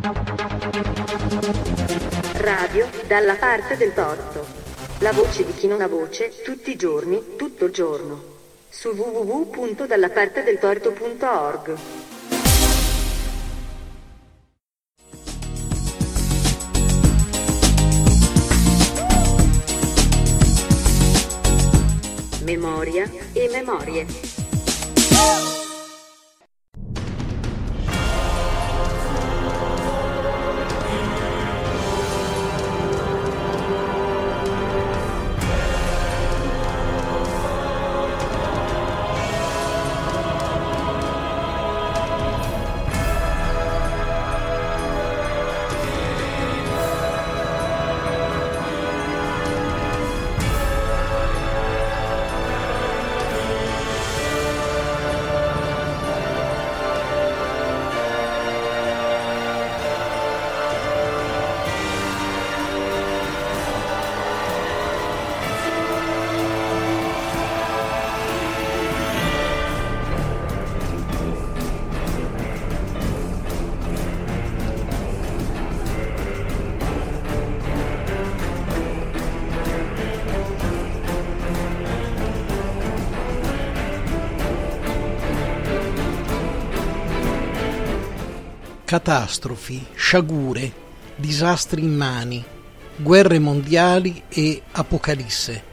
Radio dalla parte del torto. La voce di chi non ha voce, tutti i giorni, tutto il giorno. Su www.dallapartedeltorto.org. Memoria e memorie. Catastrofi, sciagure, disastri immani, guerre mondiali e apocalisse.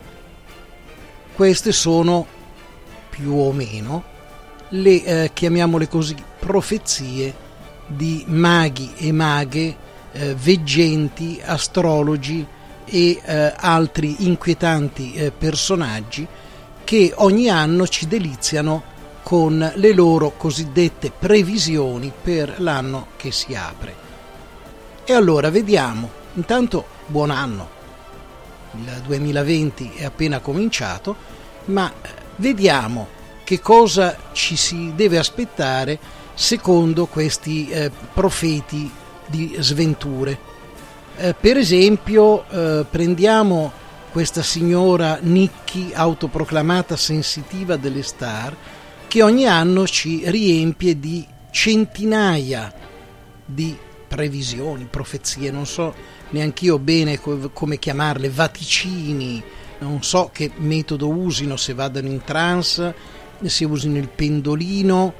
Queste sono, più o meno, le, chiamiamole così, profezie di maghi e maghe, veggenti, astrologi e altri inquietanti personaggi che ogni anno ci deliziano con le loro cosiddette previsioni per l'anno che si apre. E allora vediamo, intanto buon anno, il 2020 è appena cominciato, ma vediamo che cosa ci si deve aspettare secondo questi profeti di sventure. Per esempio prendiamo questa signora Nikki, autoproclamata sensitiva delle star, che ogni anno ci riempie di centinaia di previsioni, profezie, non so neanch'io bene come chiamarle, vaticini, non so che metodo usino, se vadano in trance, se usino il pendolino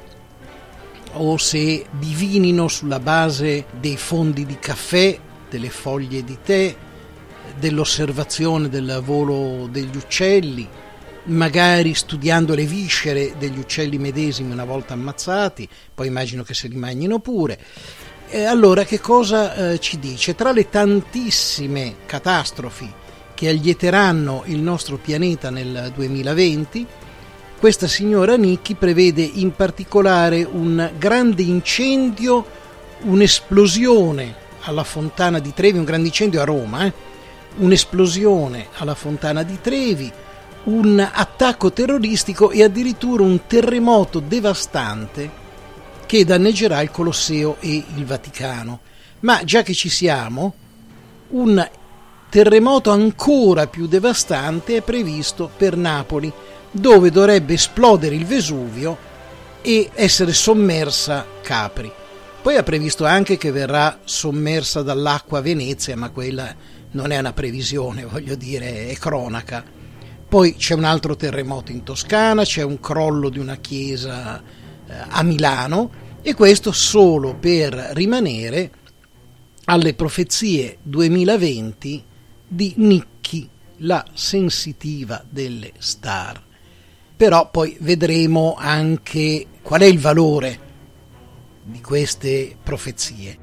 o se divinino sulla base dei fondi di caffè, delle foglie di tè, dell'osservazione del volo degli uccelli, magari studiando le viscere degli uccelli medesimi una volta ammazzati, poi immagino che se li mangino pure. Allora che cosa ci dice? Tra le tantissime catastrofi che allieteranno il nostro pianeta nel 2020, questa signora Nikki prevede in particolare un grande incendio, un'esplosione alla Fontana di Trevi, un grande incendio a Roma, un'esplosione alla Fontana di Trevi, un attacco terroristico e addirittura un terremoto devastante che danneggerà il Colosseo e il Vaticano. Ma già che ci siamo, un terremoto ancora più devastante è previsto per Napoli, dove dovrebbe esplodere il Vesuvio e essere sommersa Capri. Poi ha previsto anche che verrà sommersa dall'acqua Venezia, ma quella non è una previsione, voglio dire, è cronaca. Poi c'è un altro terremoto in Toscana, c'è un crollo di una chiesa a Milano, e questo solo per rimanere alle profezie 2020 di Nikki, la sensitiva delle star. Però poi vedremo anche qual è il valore di queste profezie.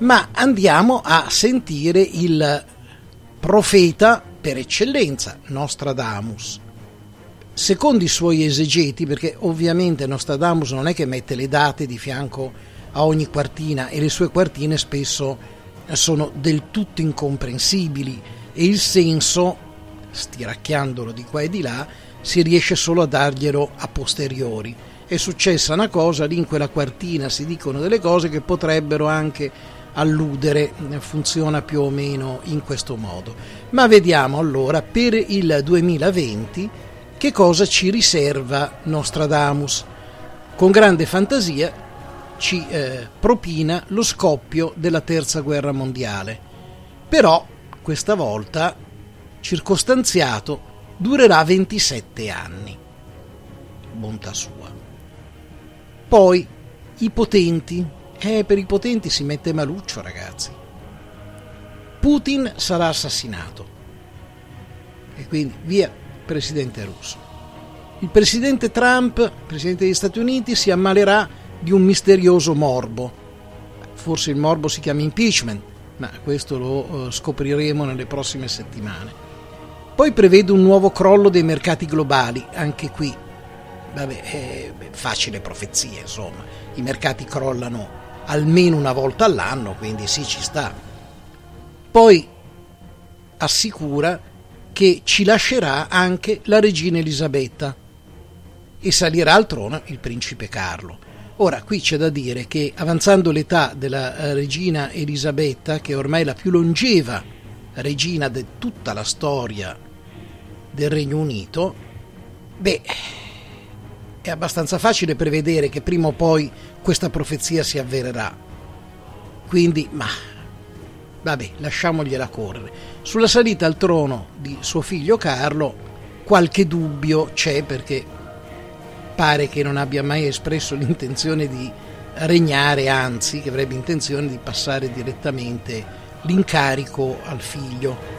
Ma andiamo a sentire il profeta per eccellenza, Nostradamus. Secondo i suoi esegeti, perché ovviamente Nostradamus non è che mette le date di fianco a ogni quartina, e le sue quartine spesso sono del tutto incomprensibili e il senso, stiracchiandolo di qua e di là, si riesce solo a darglielo a posteriori. È successa una cosa, lì in quella quartina si dicono delle cose che potrebbero anche alludere, funziona più o meno in questo modo. Ma vediamo allora per il 2020 che cosa ci riserva Nostradamus. Con grande fantasia ci propina lo scoppio della terza guerra mondiale, però questa volta circostanziato durerà 27 anni, bontà sua. Poi i potenti, per i potenti si mette maluccio, ragazzi. Putin sarà assassinato e quindi via presidente russo. Il presidente Trump, presidente degli Stati Uniti, si ammalerà di un misterioso morbo. Forse il morbo si chiama impeachment, ma questo lo scopriremo nelle prossime settimane. Poi prevede un nuovo crollo dei mercati globali, anche qui, vabbè, è facile profezia, insomma, i mercati crollano almeno una volta all'anno, quindi sì, ci sta. Poi assicura che ci lascerà anche la regina Elisabetta e salirà al trono il principe Carlo. Ora, qui c'è da dire che avanzando l'età della regina Elisabetta, che è ormai la più longeva regina di tutta la storia del Regno Unito, è abbastanza facile prevedere che prima o poi questa profezia si avvererà. Quindi, vabbè, lasciamogliela correre. Sulla salita al trono di suo figlio Carlo qualche dubbio c'è, perché pare che non abbia mai espresso l'intenzione di regnare, anzi che avrebbe intenzione di passare direttamente l'incarico al figlio.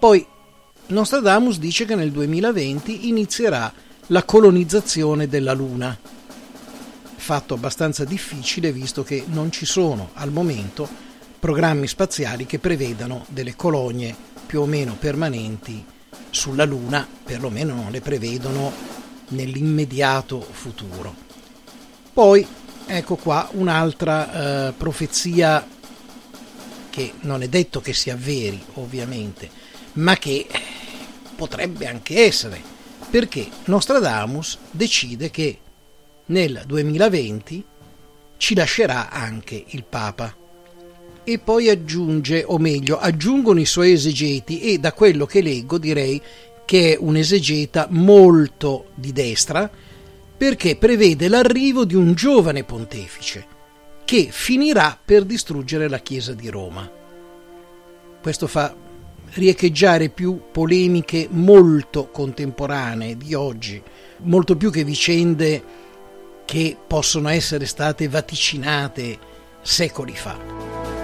Poi Nostradamus dice che nel 2020 inizierà la colonizzazione della Luna, fatto abbastanza difficile visto che non ci sono al momento programmi spaziali che prevedano delle colonie più o meno permanenti sulla Luna, perlomeno non le prevedono nell'immediato futuro. Poi ecco qua un'altra profezia che non è detto che si avveri ovviamente, ma che potrebbe anche essere, perché Nostradamus decide che nel 2020 ci lascerà anche il Papa. E poi aggiunge, o meglio, aggiungono i suoi esegeti, e da quello che leggo direi che è un esegeta molto di destra, perché prevede l'arrivo di un giovane pontefice che finirà per distruggere la Chiesa di Roma. Questo fa riecheggiare più polemiche molto contemporanee di oggi, molto più che vicende che possono essere state vaticinate secoli fa.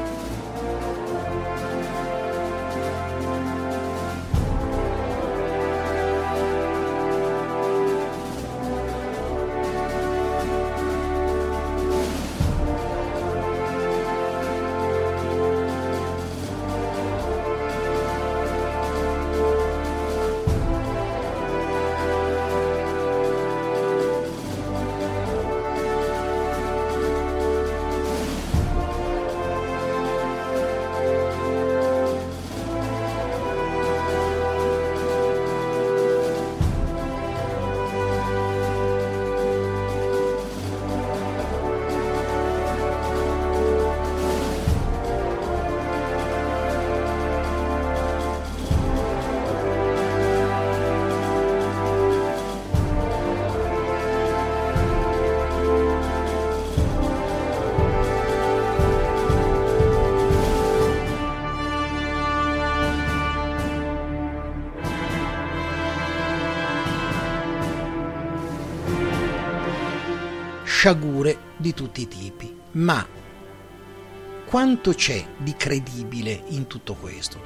Sciagure di tutti i tipi, ma quanto c'è di credibile in tutto questo?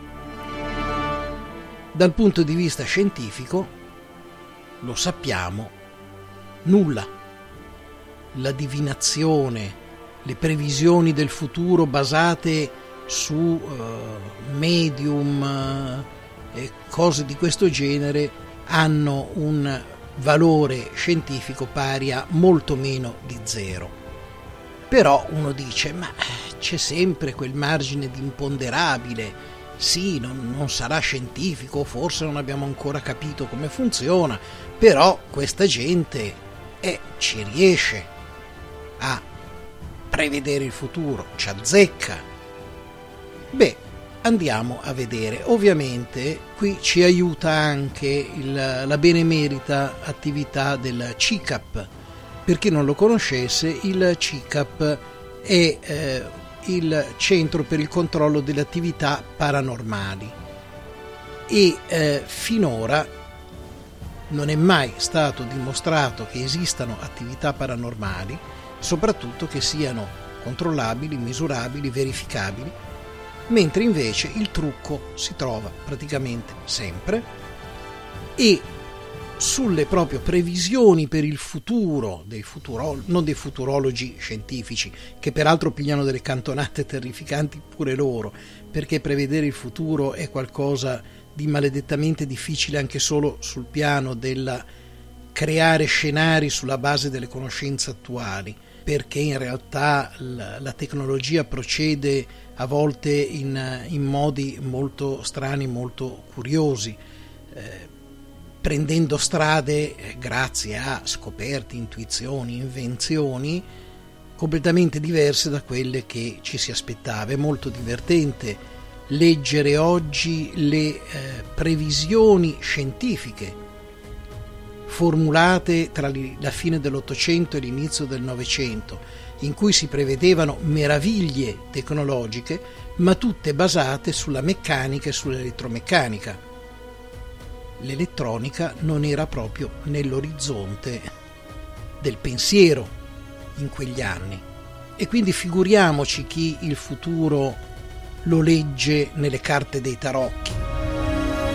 Dal punto di vista scientifico, lo sappiamo, nulla. La divinazione, le previsioni del futuro basate su medium e cose di questo genere hanno un valore scientifico pari a molto meno di zero. Però uno dice, ma c'è sempre quel margine di imponderabile, sì, non sarà scientifico, forse non abbiamo ancora capito come funziona, però questa gente ci riesce a prevedere il futuro, ci azzecca. Beh, andiamo a vedere. Ovviamente qui ci aiuta anche la benemerita attività del CICAP. Per chi non lo conoscesse, il CICAP è il Centro per il controllo delle attività paranormali e finora non è mai stato dimostrato che esistano attività paranormali, soprattutto che siano controllabili, misurabili, verificabili, mentre invece il trucco si trova praticamente sempre. E sulle proprie previsioni per il futuro non dei futurologi scientifici, che peraltro pigliano delle cantonate terrificanti pure loro, perché prevedere il futuro è qualcosa di maledettamente difficile anche solo sul piano del creare scenari sulla base delle conoscenze attuali, perché in realtà la tecnologia procede a volte in modi molto strani, molto curiosi, prendendo strade grazie a scoperte, intuizioni, invenzioni completamente diverse da quelle che ci si aspettava. È molto divertente leggere oggi le previsioni scientifiche formulate tra la fine dell'Ottocento e l'inizio del Novecento, in cui si prevedevano meraviglie tecnologiche, ma tutte basate sulla meccanica e sull'elettromeccanica. L'elettronica non era proprio nell'orizzonte del pensiero in quegli anni, e quindi figuriamoci chi il futuro lo legge nelle carte dei tarocchi.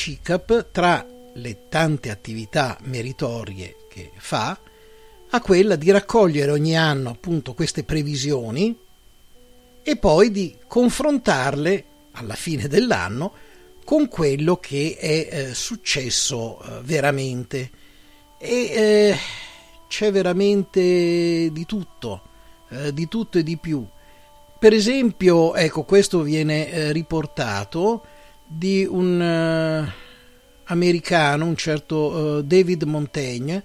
CICAP, tra le tante attività meritorie che fa, ha quella di raccogliere ogni anno appunto queste previsioni e poi di confrontarle alla fine dell'anno con quello che è successo veramente. E c'è veramente di tutto e di più. Per esempio, ecco, questo viene riportato di un americano, un certo David Montaigne,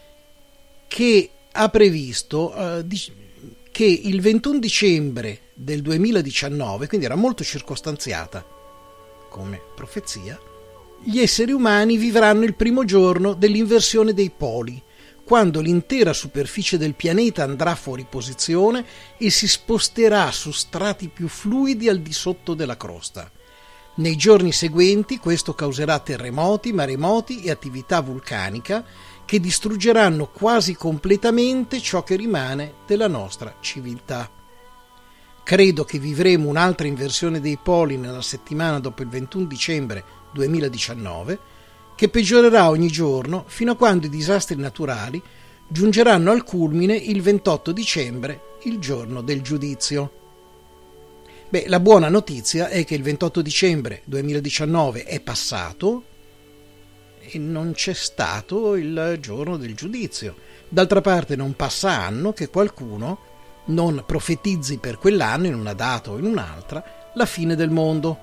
che ha previsto che il 21 dicembre del 2019, quindi era molto circostanziata come profezia, gli esseri umani vivranno il primo giorno dell'inversione dei poli, quando l'intera superficie del pianeta andrà fuori posizione e si sposterà su strati più fluidi al di sotto della crosta. Nei giorni seguenti questo causerà terremoti, maremoti e attività vulcanica che distruggeranno quasi completamente ciò che rimane della nostra civiltà. Credo che vivremo un'altra inversione dei poli nella settimana dopo il 21 dicembre 2019, che peggiorerà ogni giorno fino a quando i disastri naturali giungeranno al culmine il 28 dicembre, il giorno del giudizio. Beh, la buona notizia è che il 28 dicembre 2019 è passato e non c'è stato il giorno del giudizio. D'altra parte non passa anno che qualcuno non profetizzi per quell'anno, in una data o in un'altra, la fine del mondo.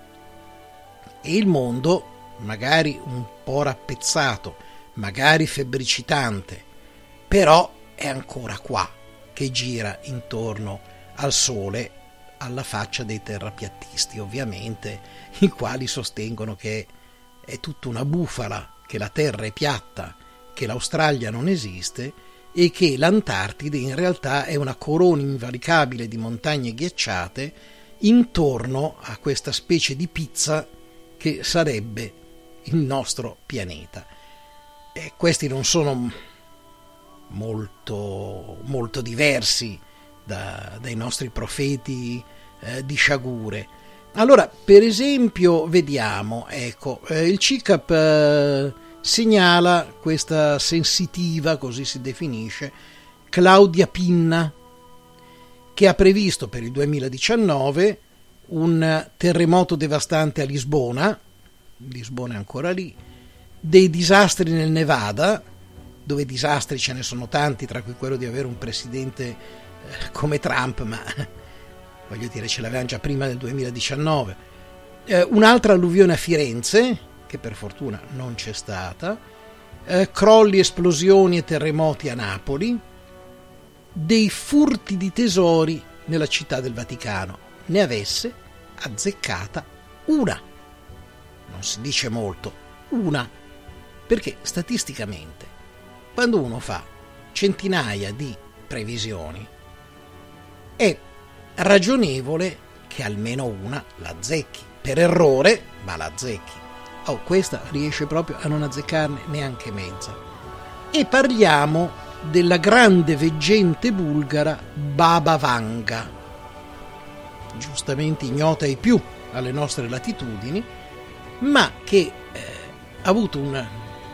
E il mondo, magari un po' rappezzato, magari febbricitante, però è ancora qua, che gira intorno al Sole, alla faccia dei terrapiattisti, ovviamente, i quali sostengono che è tutta una bufala, che la Terra è piatta, che l'Australia non esiste e che l'Antartide in realtà è una corona invalicabile di montagne ghiacciate intorno a questa specie di pizza che sarebbe il nostro pianeta. E questi non sono molto diversi dai nostri profeti di sciagure. Allora, per esempio, vediamo, ecco, il CICAP segnala questa sensitiva, così si definisce, Claudia Pinna, che ha previsto per il 2019 un terremoto devastante a Lisbona è ancora lì, dei disastri nel Nevada, dove disastri ce ne sono tanti, tra cui quello di avere un presidente come Trump, ma voglio dire, ce l'avevamo già prima del 2019, un'altra alluvione a Firenze, che per fortuna non c'è stata, crolli, esplosioni e terremoti a Napoli, dei furti di tesori nella città del Vaticano. Ne avesse azzeccata una. Non si dice molto, una, perché statisticamente, quando uno fa centinaia di previsioni, è ragionevole che almeno una la azzecchi. Per errore, ma la azzecchi. Oh, questa riesce proprio a non azzeccarne neanche mezza. E parliamo della grande veggente bulgara Baba Vanga, giustamente ignota ai più alle nostre latitudini, ma che ha avuto una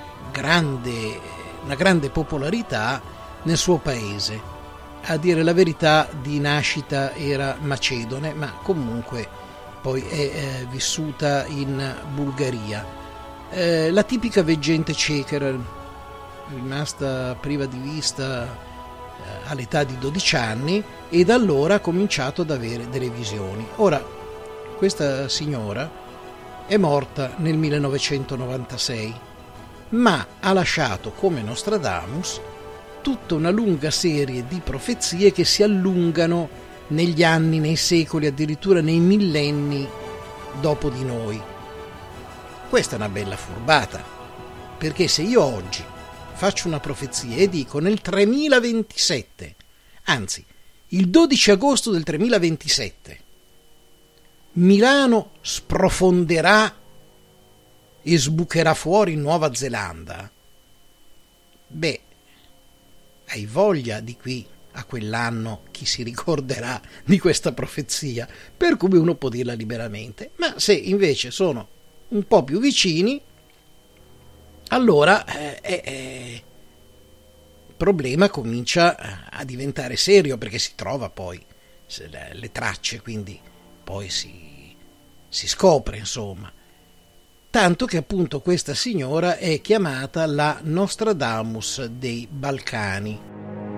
grande popolarità nel suo paese. A dire la verità, di nascita era macedone, ma comunque poi è vissuta in Bulgaria. La tipica veggente ceca, era rimasta priva di vista all'età di 12 anni e da allora ha cominciato ad avere delle visioni. Ora, questa signora è morta nel 1996, ma ha lasciato, come Nostradamus, tutta una lunga serie di profezie che si allungano negli anni, nei secoli, addirittura nei millenni dopo di noi. Questa è una bella furbata, perché se io oggi faccio una profezia e dico nel 3027, anzi il 12 agosto del 3027, Milano sprofonderà e sbucherà fuori in Nuova Zelanda, beh, hai voglia di qui a quell'anno chi si ricorderà di questa profezia, per cui uno può dirla liberamente. Ma se invece sono un po' più vicini, allora il problema comincia a diventare serio, perché si trova poi le tracce, quindi poi si scopre, insomma. Tanto che appunto questa signora è chiamata la Nostradamus dei Balcani.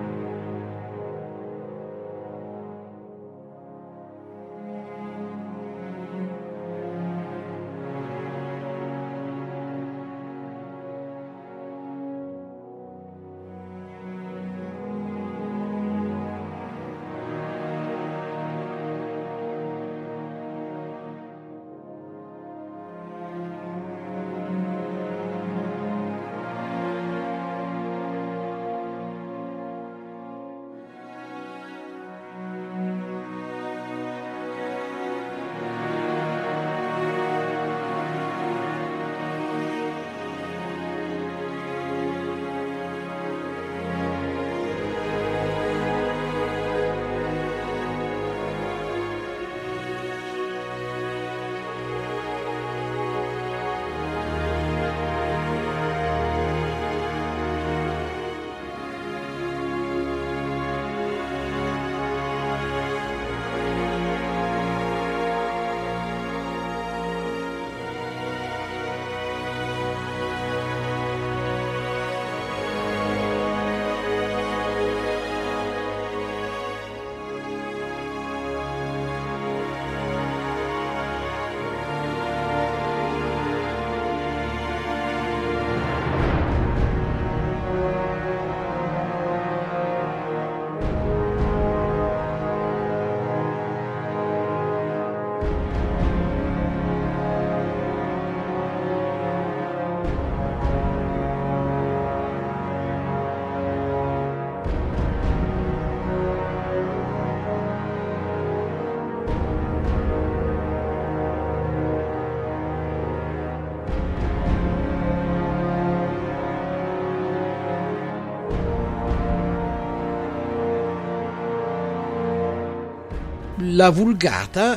La Vulgata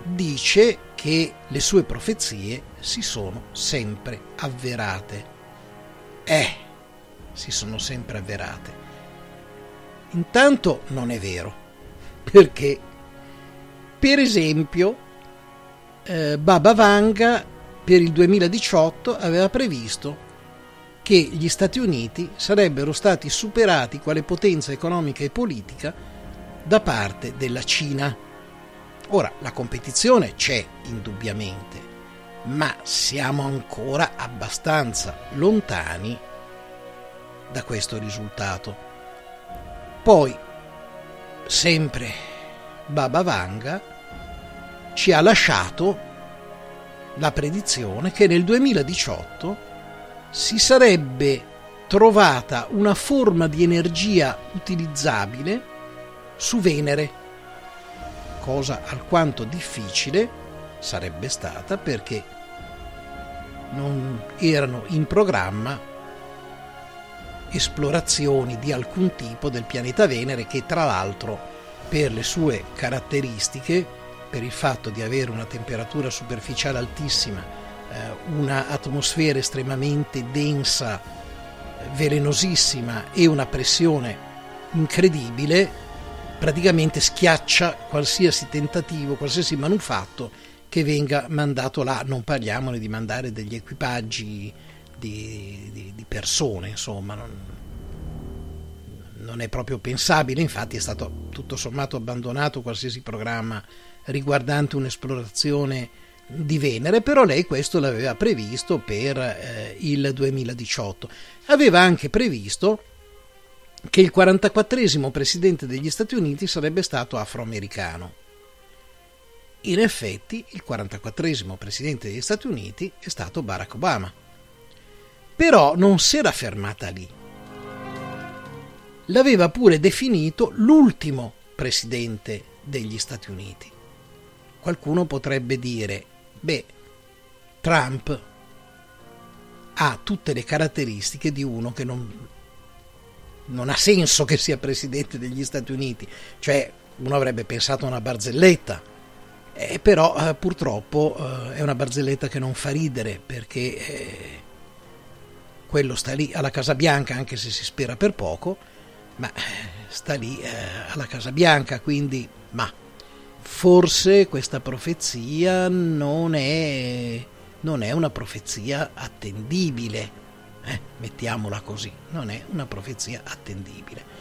dice che le sue profezie si sono sempre avverate. Si sono sempre avverate. Intanto non è vero, perché per esempio Baba Vanga per il 2018 aveva previsto che gli Stati Uniti sarebbero stati superati quale potenza economica e politica da parte della Cina. Ora, la competizione c'è indubbiamente, ma siamo ancora abbastanza lontani da questo risultato. Poi, sempre Baba Vanga ci ha lasciato la predizione che nel 2018 si sarebbe trovata una forma di energia utilizzabile su Venere, cosa alquanto difficile sarebbe stata perché non erano in programma esplorazioni di alcun tipo del pianeta Venere, che tra l'altro per le sue caratteristiche, per il fatto di avere una temperatura superficiale altissima, una atmosfera estremamente densa, velenosissima e una pressione incredibile, praticamente schiaccia qualsiasi tentativo, qualsiasi manufatto che venga mandato là. Non parliamone di mandare degli equipaggi di persone, insomma, non è proprio pensabile. Infatti è stato tutto sommato abbandonato qualsiasi programma riguardante un'esplorazione di Venere, però lei questo l'aveva previsto per il 2018. Aveva anche previsto che il 44esimo presidente degli Stati Uniti sarebbe stato afroamericano. In effetti, il 44esimo presidente degli Stati Uniti è stato Barack Obama. Però non si era fermata lì. L'aveva pure definito l'ultimo presidente degli Stati Uniti. Qualcuno potrebbe dire, Trump ha tutte le caratteristiche di uno che non ha senso che sia presidente degli Stati Uniti, cioè uno avrebbe pensato a una barzelletta, Però purtroppo è una barzelletta che non fa ridere, perché quello sta lì alla Casa Bianca, anche se si spera per poco, ma sta lì alla Casa Bianca, quindi forse questa profezia non è una profezia attendibile, mettiamola così, non è una profezia attendibile.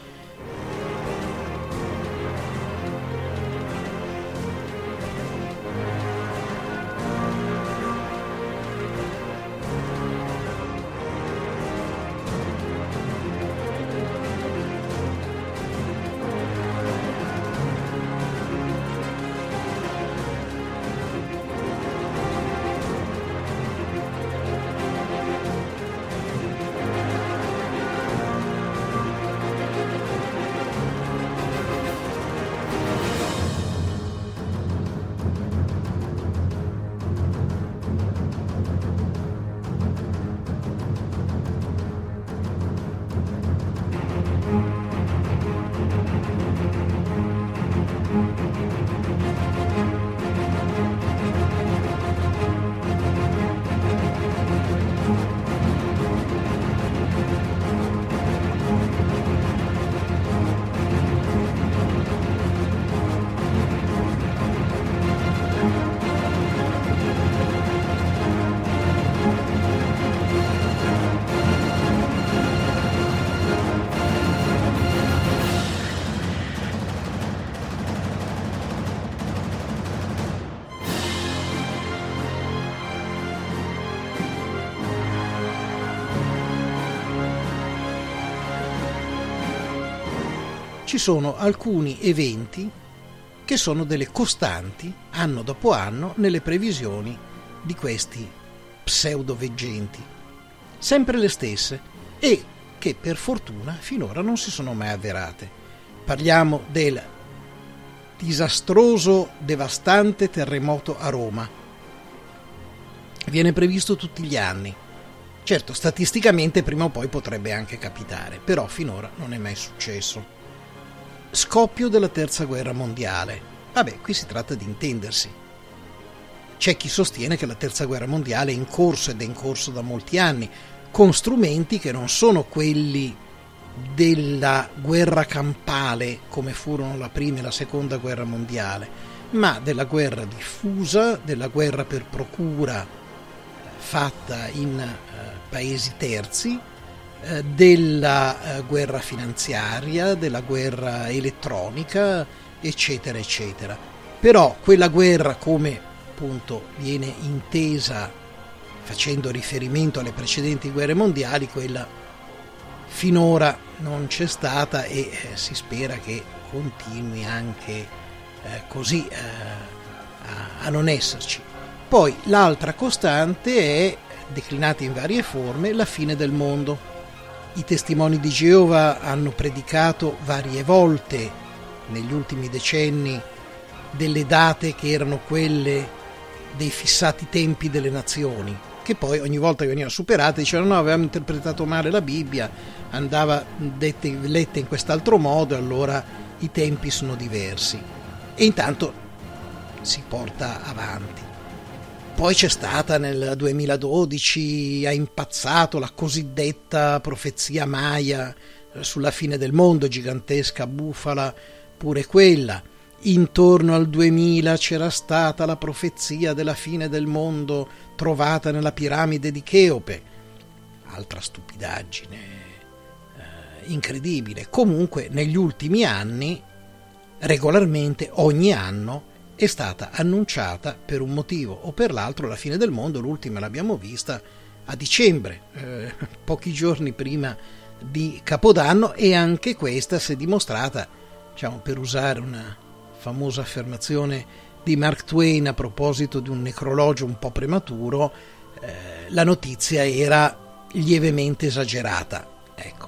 Ci sono alcuni eventi che sono delle costanti anno dopo anno nelle previsioni di questi pseudoveggenti, sempre le stesse, e che per fortuna finora non si sono mai avverate. Parliamo del disastroso, devastante terremoto a Roma. Viene previsto tutti gli anni. Certo, statisticamente prima o poi potrebbe anche capitare, però finora non è mai successo. Scoppio della terza guerra mondiale. Vabbè, qui si tratta di intendersi. C'è chi sostiene che la terza guerra mondiale è in corso, ed è in corso da molti anni, con strumenti che non sono quelli della guerra campale, come furono la prima e la seconda guerra mondiale, ma della guerra diffusa, della guerra per procura fatta in paesi terzi, della guerra finanziaria, della guerra elettronica, eccetera eccetera. Però quella guerra, come appunto viene intesa facendo riferimento alle precedenti guerre mondiali, quella finora non c'è stata, e si spera che continui anche così a non esserci. Poi l'altra costante è, declinata in varie forme, la fine del mondo. I testimoni di Geova hanno predicato varie volte negli ultimi decenni delle date che erano quelle dei fissati tempi delle nazioni, che poi ogni volta che venivano superate dicevano no, avevamo interpretato male la Bibbia, andava letta in quest'altro modo, allora i tempi sono diversi, e intanto si porta avanti. Poi c'è stata nel 2012, ha impazzato la cosiddetta profezia Maya sulla fine del mondo, gigantesca bufala pure quella. Intorno al 2000 c'era stata la profezia della fine del mondo trovata nella piramide di Cheope, altra stupidaggine incredibile. Comunque negli ultimi anni, regolarmente, ogni anno, è stata annunciata per un motivo o per l'altro la fine del mondo. L'ultima l'abbiamo vista a dicembre, pochi giorni prima di Capodanno, e anche questa si è dimostrata, diciamo, per usare una famosa affermazione di Mark Twain a proposito di un necrologio un po' prematuro, la notizia era lievemente esagerata. Ecco.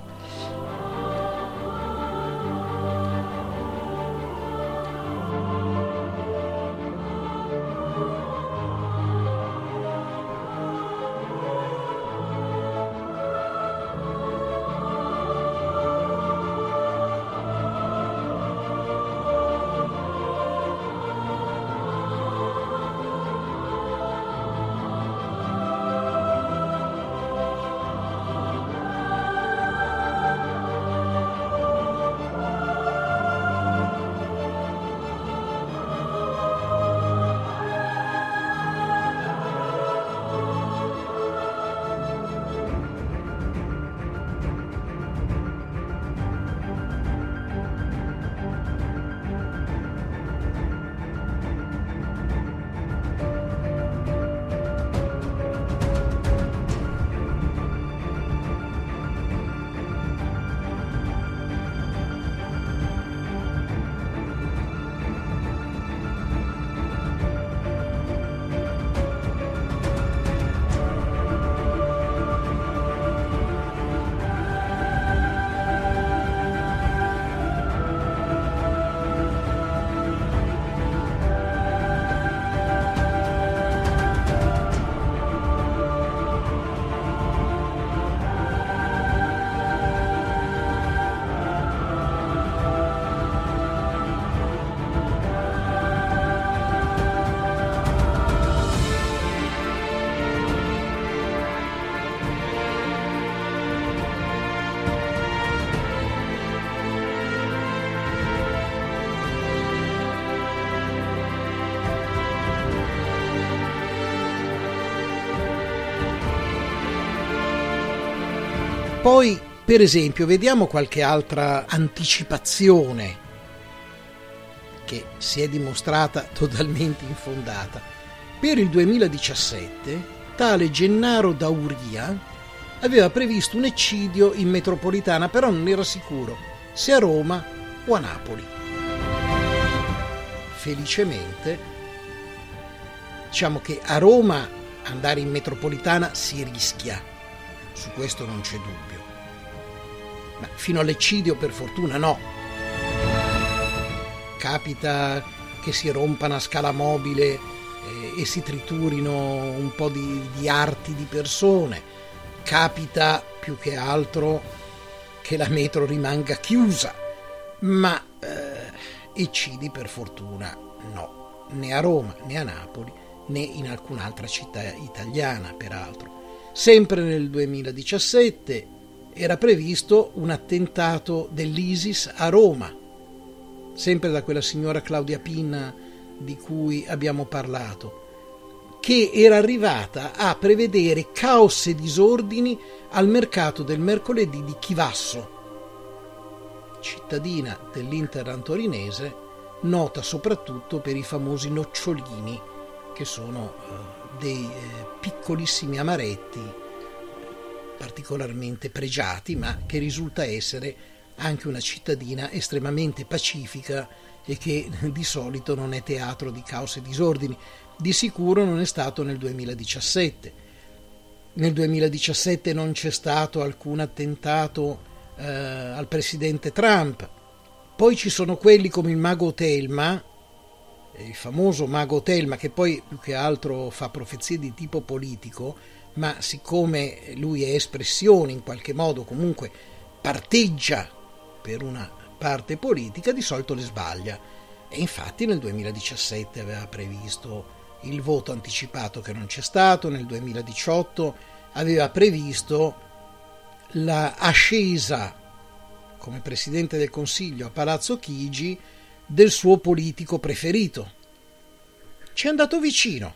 Poi, per esempio, vediamo qualche altra anticipazione che si è dimostrata totalmente infondata. Per il 2017 tale Gennaro D'Auria aveva previsto un eccidio in metropolitana, però non era sicuro se a Roma o a Napoli. Felicemente, diciamo che a Roma andare in metropolitana si rischia, su questo non c'è dubbio, ma fino all'eccidio per fortuna no. Capita che si rompa una scala mobile e si triturino un po' di arti di persone, capita più che altro che la metro rimanga chiusa, ma eccidi per fortuna no, né a Roma né a Napoli né in alcun'altra città italiana. Peraltro sempre nel 2017 era previsto un attentato dell'ISIS a Roma, sempre da quella signora Claudia Pinna di cui abbiamo parlato, che era arrivata a prevedere caos e disordini al mercato del mercoledì di Chivasso, cittadina dell'Interland torinese, nota soprattutto per i famosi nocciolini, che sono dei piccolissimi amaretti particolarmente pregiati, ma che risulta essere anche una cittadina estremamente pacifica e che di solito non è teatro di caos e disordini. Di sicuro non è stato nel 2017. Nel 2017 non c'è stato alcun attentato al presidente Trump. Poi ci sono quelli come il mago Telma, il famoso mago Telma, che poi più che altro fa profezie di tipo politico, ma siccome lui è espressione in qualche modo, comunque parteggia per una parte politica, di solito le sbaglia, e infatti nel 2017 aveva previsto il voto anticipato che non c'è stato, nel 2018 aveva previsto la ascesa come Presidente del Consiglio a Palazzo Chigi del suo politico preferito. Ci è andato vicino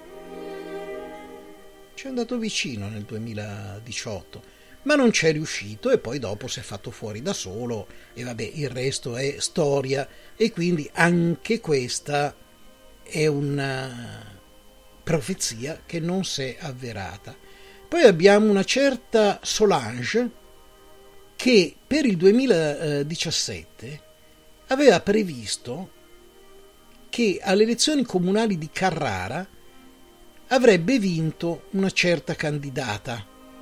nel 2018, ma non c'è riuscito e poi dopo si è fatto fuori da solo e vabbè, il resto è storia, e quindi anche questa è una profezia che non si è avverata. Poi abbiamo una certa Solange che per il 2017 aveva previsto che alle elezioni comunali di Carrara avrebbe vinto una certa candidata,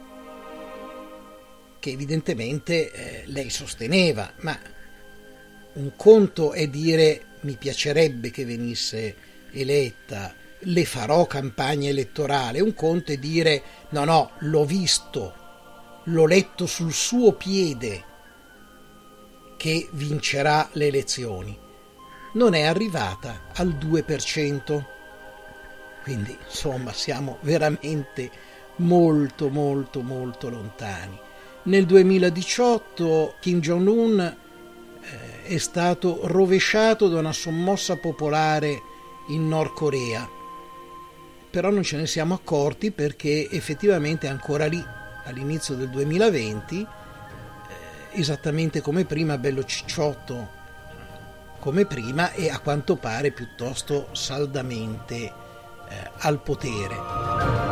che evidentemente lei sosteneva, ma un conto è dire mi piacerebbe che venisse eletta, le farò campagna elettorale, un conto è dire no, l'ho visto, l'ho letto sul suo piede che vincerà le elezioni. Non è arrivata al 2%, quindi insomma siamo veramente molto lontani. Nel 2018 Kim Jong-un è stato rovesciato da una sommossa popolare in Nord Corea, però non ce ne siamo accorti perché effettivamente è ancora lì all'inizio del 2020, esattamente come prima, bello cicciotto come prima e a quanto pare piuttosto saldamente al potere.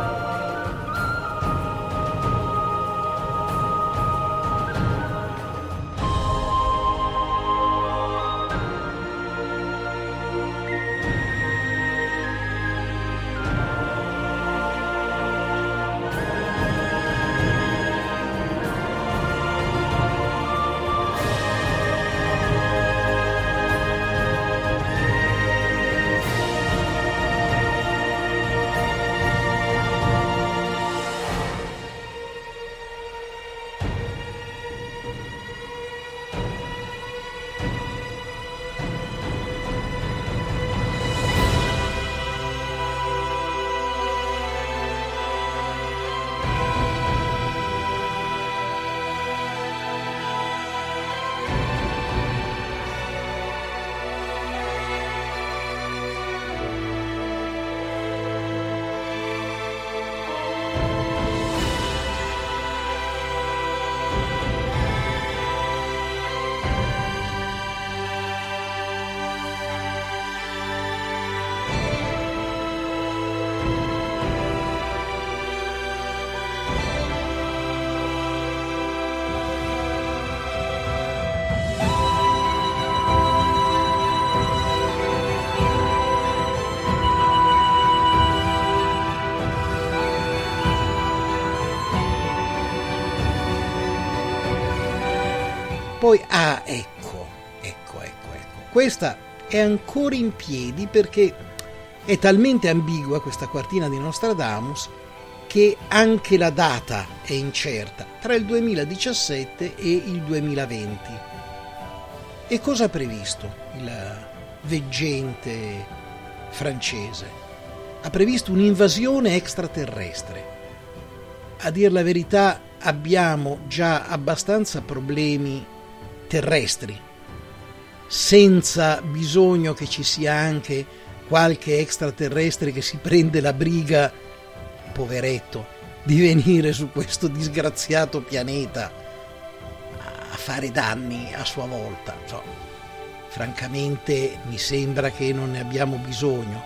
Poi, ecco. Questa è ancora in piedi perché è talmente ambigua questa quartina di Nostradamus che anche la data è incerta tra il 2017 e il 2020. E cosa ha previsto il veggente francese? Ha previsto un'invasione extraterrestre. A dir la verità, abbiamo già abbastanza problemi terrestri, senza bisogno che ci sia anche qualche extraterrestre che si prende la briga, poveretto, di venire su questo disgraziato pianeta a fare danni a sua volta. Francamente mi sembra che non ne abbiamo bisogno.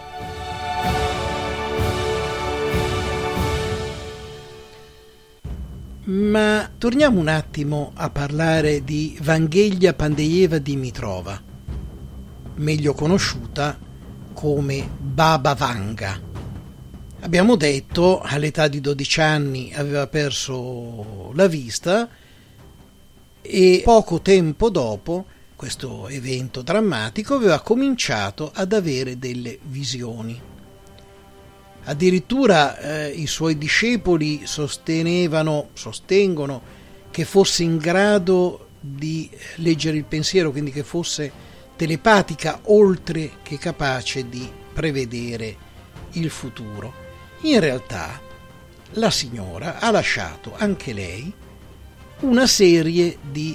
Ma torniamo un attimo a parlare di Vangelia Pandeyeva Dimitrova, meglio conosciuta come Baba Vanga. Abbiamo detto, all'età di 12 anni aveva perso la vista e poco tempo dopo questo evento drammatico aveva cominciato ad avere delle visioni. Addirittura i suoi discepoli sostengono che fosse in grado di leggere il pensiero, quindi che fosse telepatica oltre che capace di prevedere il futuro. In realtà la signora ha lasciato anche lei una serie di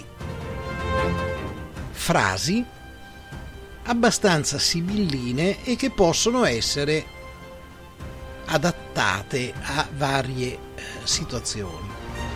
frasi abbastanza sibilline e che possono essere adattate a varie situazioni.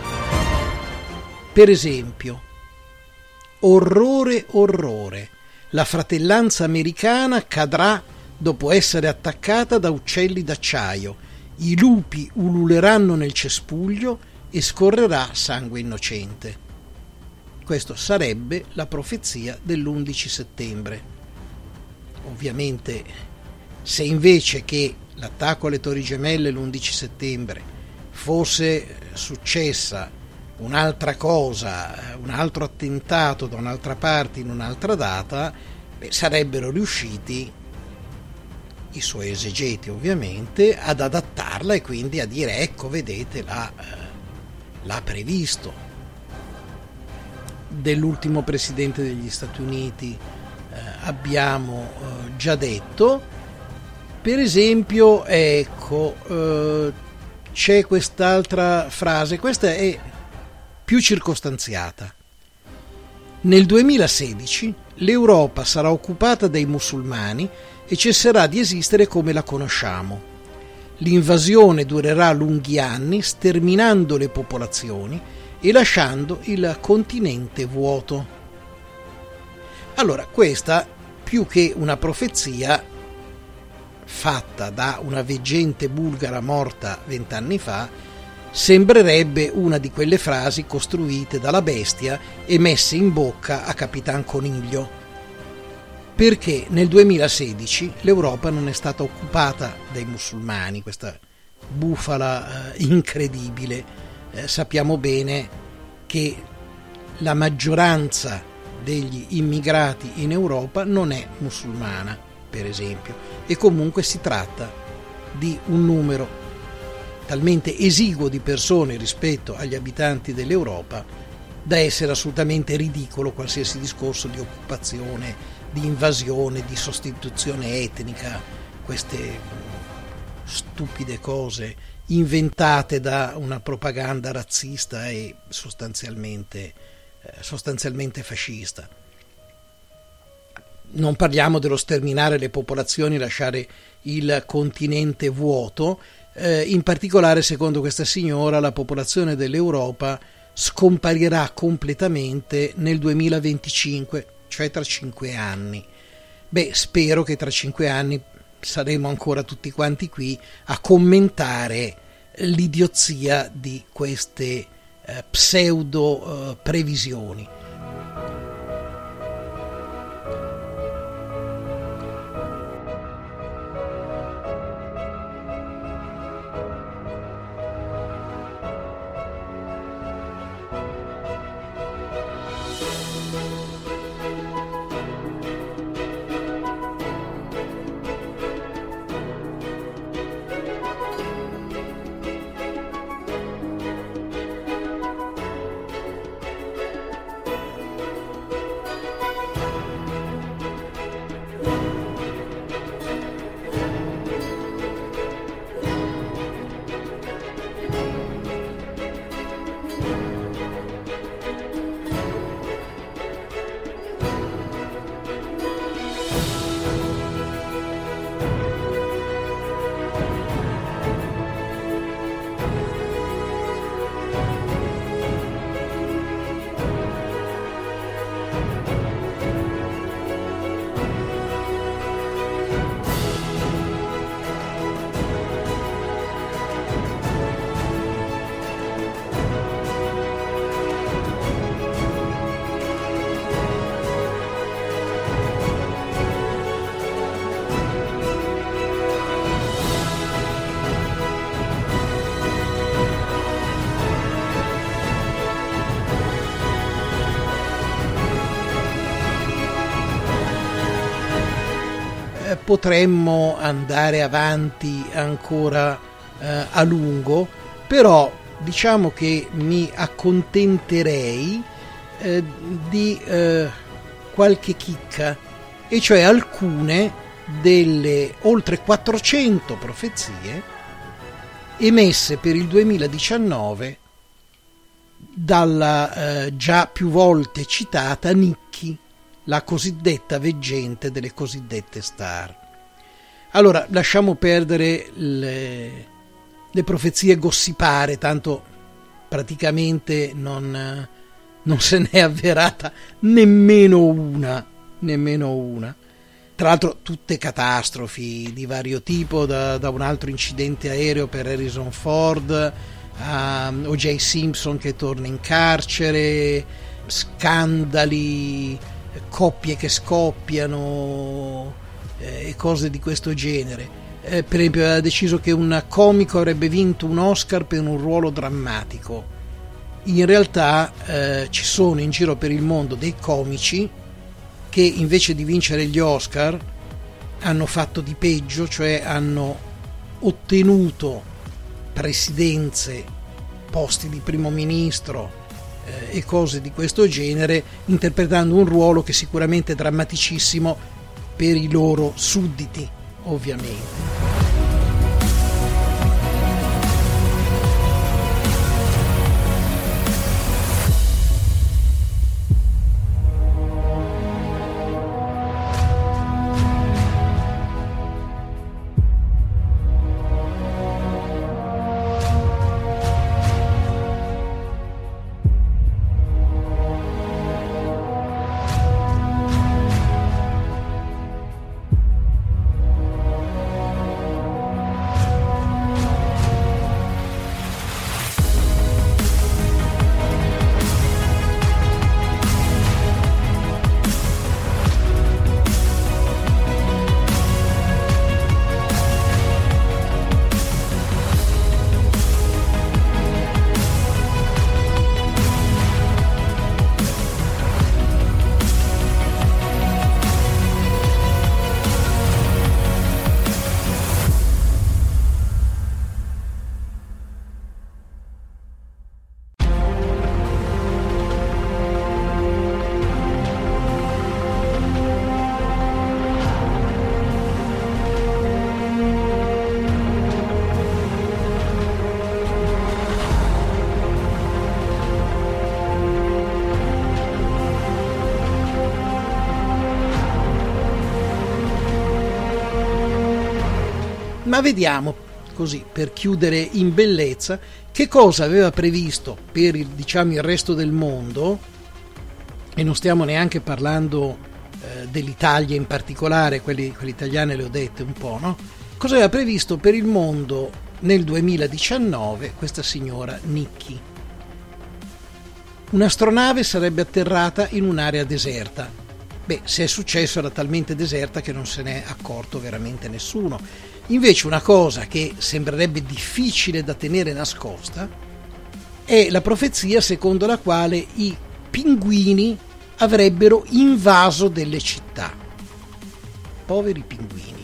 Per esempio, orrore, la fratellanza americana cadrà dopo essere attaccata da uccelli d'acciaio, i lupi ululeranno nel cespuglio e scorrerà sangue innocente. Questo sarebbe la profezia dell'11 settembre. Ovviamente, se invece che l'attacco alle Torri Gemelle l'11 settembre fosse successa un'altra cosa, un altro attentato da un'altra parte in un'altra data, sarebbero riusciti i suoi esegeti ovviamente ad adattarla e quindi a dire ecco vedete l'ha previsto. Dell'ultimo presidente degli Stati Uniti abbiamo già detto. Per esempio, c'è quest'altra frase, questa è più circostanziata. Nel 2016 l'Europa sarà occupata dai musulmani e cesserà di esistere come la conosciamo. L'invasione durerà lunghi anni, sterminando le popolazioni e lasciando il continente vuoto. Allora, questa, più che una profezia fatta da una veggente bulgara morta 20 anni fa, sembrerebbe una di quelle frasi costruite dalla bestia e messe in bocca a Capitan Coniglio, perché nel 2016 l'Europa non è stata occupata dai musulmani, questa bufala incredibile. Sappiamo bene che la maggioranza degli immigrati in Europa non è musulmana, per esempio, e comunque si tratta di un numero talmente esiguo di persone rispetto agli abitanti dell'Europa da essere assolutamente ridicolo qualsiasi discorso di occupazione, di invasione, di sostituzione etnica, queste stupide cose inventate da una propaganda razzista e sostanzialmente fascista. Non parliamo dello sterminare le popolazioni, lasciare il continente vuoto. In particolare, secondo questa signora, la popolazione dell'Europa scomparirà completamente nel 2025, cioè tra 5 anni. Spero che tra 5 anni saremo ancora tutti quanti qui a commentare l'idiozia di queste pseudo previsioni. potremmo andare avanti ancora a lungo, però diciamo che mi accontenterei di qualche chicca, e cioè alcune delle oltre 400 profezie emesse per il 2019 dalla già più volte citata Nicchi, la cosiddetta veggente delle cosiddette star. Allora, lasciamo perdere le profezie gossipare, tanto praticamente non se ne è avverata nemmeno una. Tra l'altro tutte catastrofi di vario tipo, da un altro incidente aereo per Harrison Ford a O.J. Simpson che torna in carcere, scandali, coppie che scoppiano e cose di questo genere. Per esempio aveva deciso che un comico avrebbe vinto un Oscar per un ruolo drammatico. In realtà ci sono in giro per il mondo dei comici che invece di vincere gli Oscar hanno fatto di peggio, cioè hanno ottenuto presidenze, posti di primo ministro e cose di questo genere, interpretando un ruolo che sicuramente è drammaticissimo per i loro sudditi, ovviamente. Ma vediamo, così per chiudere in bellezza, che cosa aveva previsto per il resto del mondo, e non stiamo neanche parlando dell'Italia in particolare, quelle italiane le ho dette un po', no? Cosa aveva previsto per il mondo nel 2019 questa signora Nicchi? Un'astronave sarebbe atterrata in un'area deserta. Beh, se è successo era talmente deserta che non se n'è accorto veramente nessuno. Invece una cosa che sembrerebbe difficile da tenere nascosta è la profezia secondo la quale i pinguini avrebbero invaso delle città. Poveri pinguini,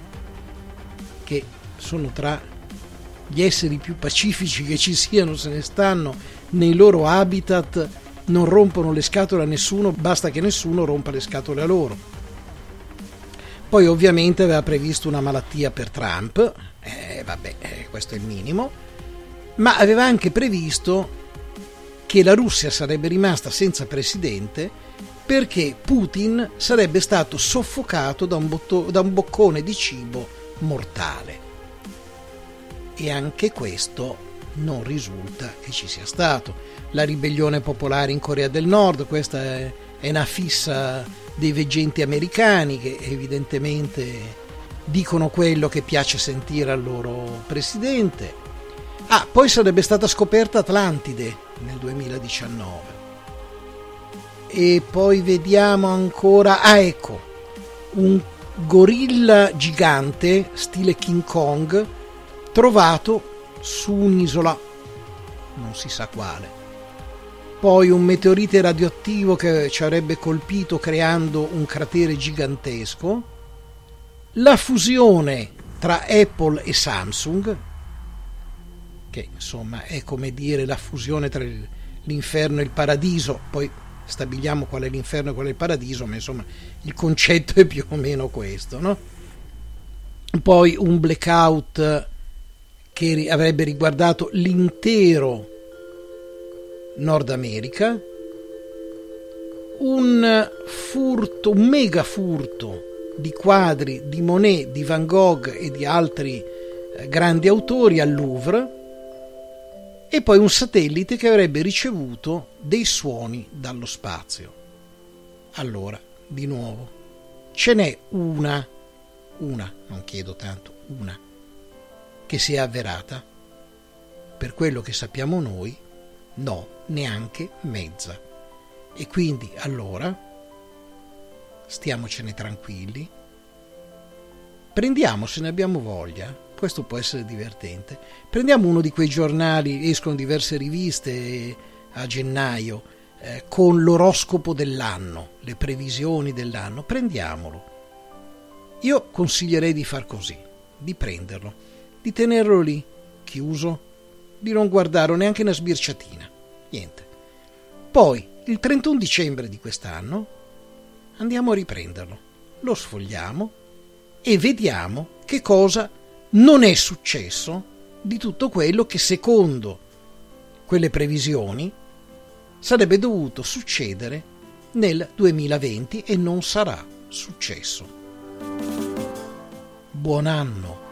che sono tra gli esseri più pacifici che ci siano, se ne stanno nei loro habitat, non rompono le scatole a nessuno, basta che nessuno rompa le scatole a loro. Poi ovviamente aveva previsto una malattia per Trump, questo è il minimo, ma aveva anche previsto che la Russia sarebbe rimasta senza presidente perché Putin sarebbe stato soffocato da un boccone di cibo mortale. E anche questo non risulta che ci sia stato. La ribellione popolare in Corea del Nord, questa è una fissa dei veggenti americani che evidentemente dicono quello che piace sentire al loro presidente. Poi sarebbe stata scoperta Atlantide nel 2019. E poi vediamo ancora, un gorilla gigante stile King Kong trovato su un'isola, non si sa quale. Poi un meteorite radioattivo che ci avrebbe colpito creando un cratere gigantesco. la fusione tra Apple e Samsung, che insomma è come dire la fusione tra l'inferno e il paradiso, poi stabiliamo qual è l'inferno e qual è il paradiso, ma insomma il concetto è più o meno questo, no? Poi un blackout che avrebbe riguardato l'intero Nord America, un mega furto di quadri di Monet, di Van Gogh e di altri grandi autori al Louvre, e poi un satellite che avrebbe ricevuto dei suoni dallo spazio. Allora, di nuovo, ce n'è una, non chiedo tanto, una, che si è avverata? Per quello che sappiamo noi, no, neanche mezza. E quindi, allora, stiamocene tranquilli, prendiamo, se ne abbiamo voglia, questo può essere divertente, prendiamo uno di quei giornali, escono diverse riviste a gennaio, con l'oroscopo dell'anno, le previsioni dell'anno, prendiamolo. Io consiglierei di far così, di prenderlo, di tenerlo lì, chiuso, di non guardarlo neanche una sbirciatina, niente. Poi, il 31 dicembre di quest'anno, andiamo a riprenderlo, lo sfogliamo e vediamo che cosa non è successo di tutto quello che secondo quelle previsioni sarebbe dovuto succedere nel 2020 e non sarà successo. Buon anno!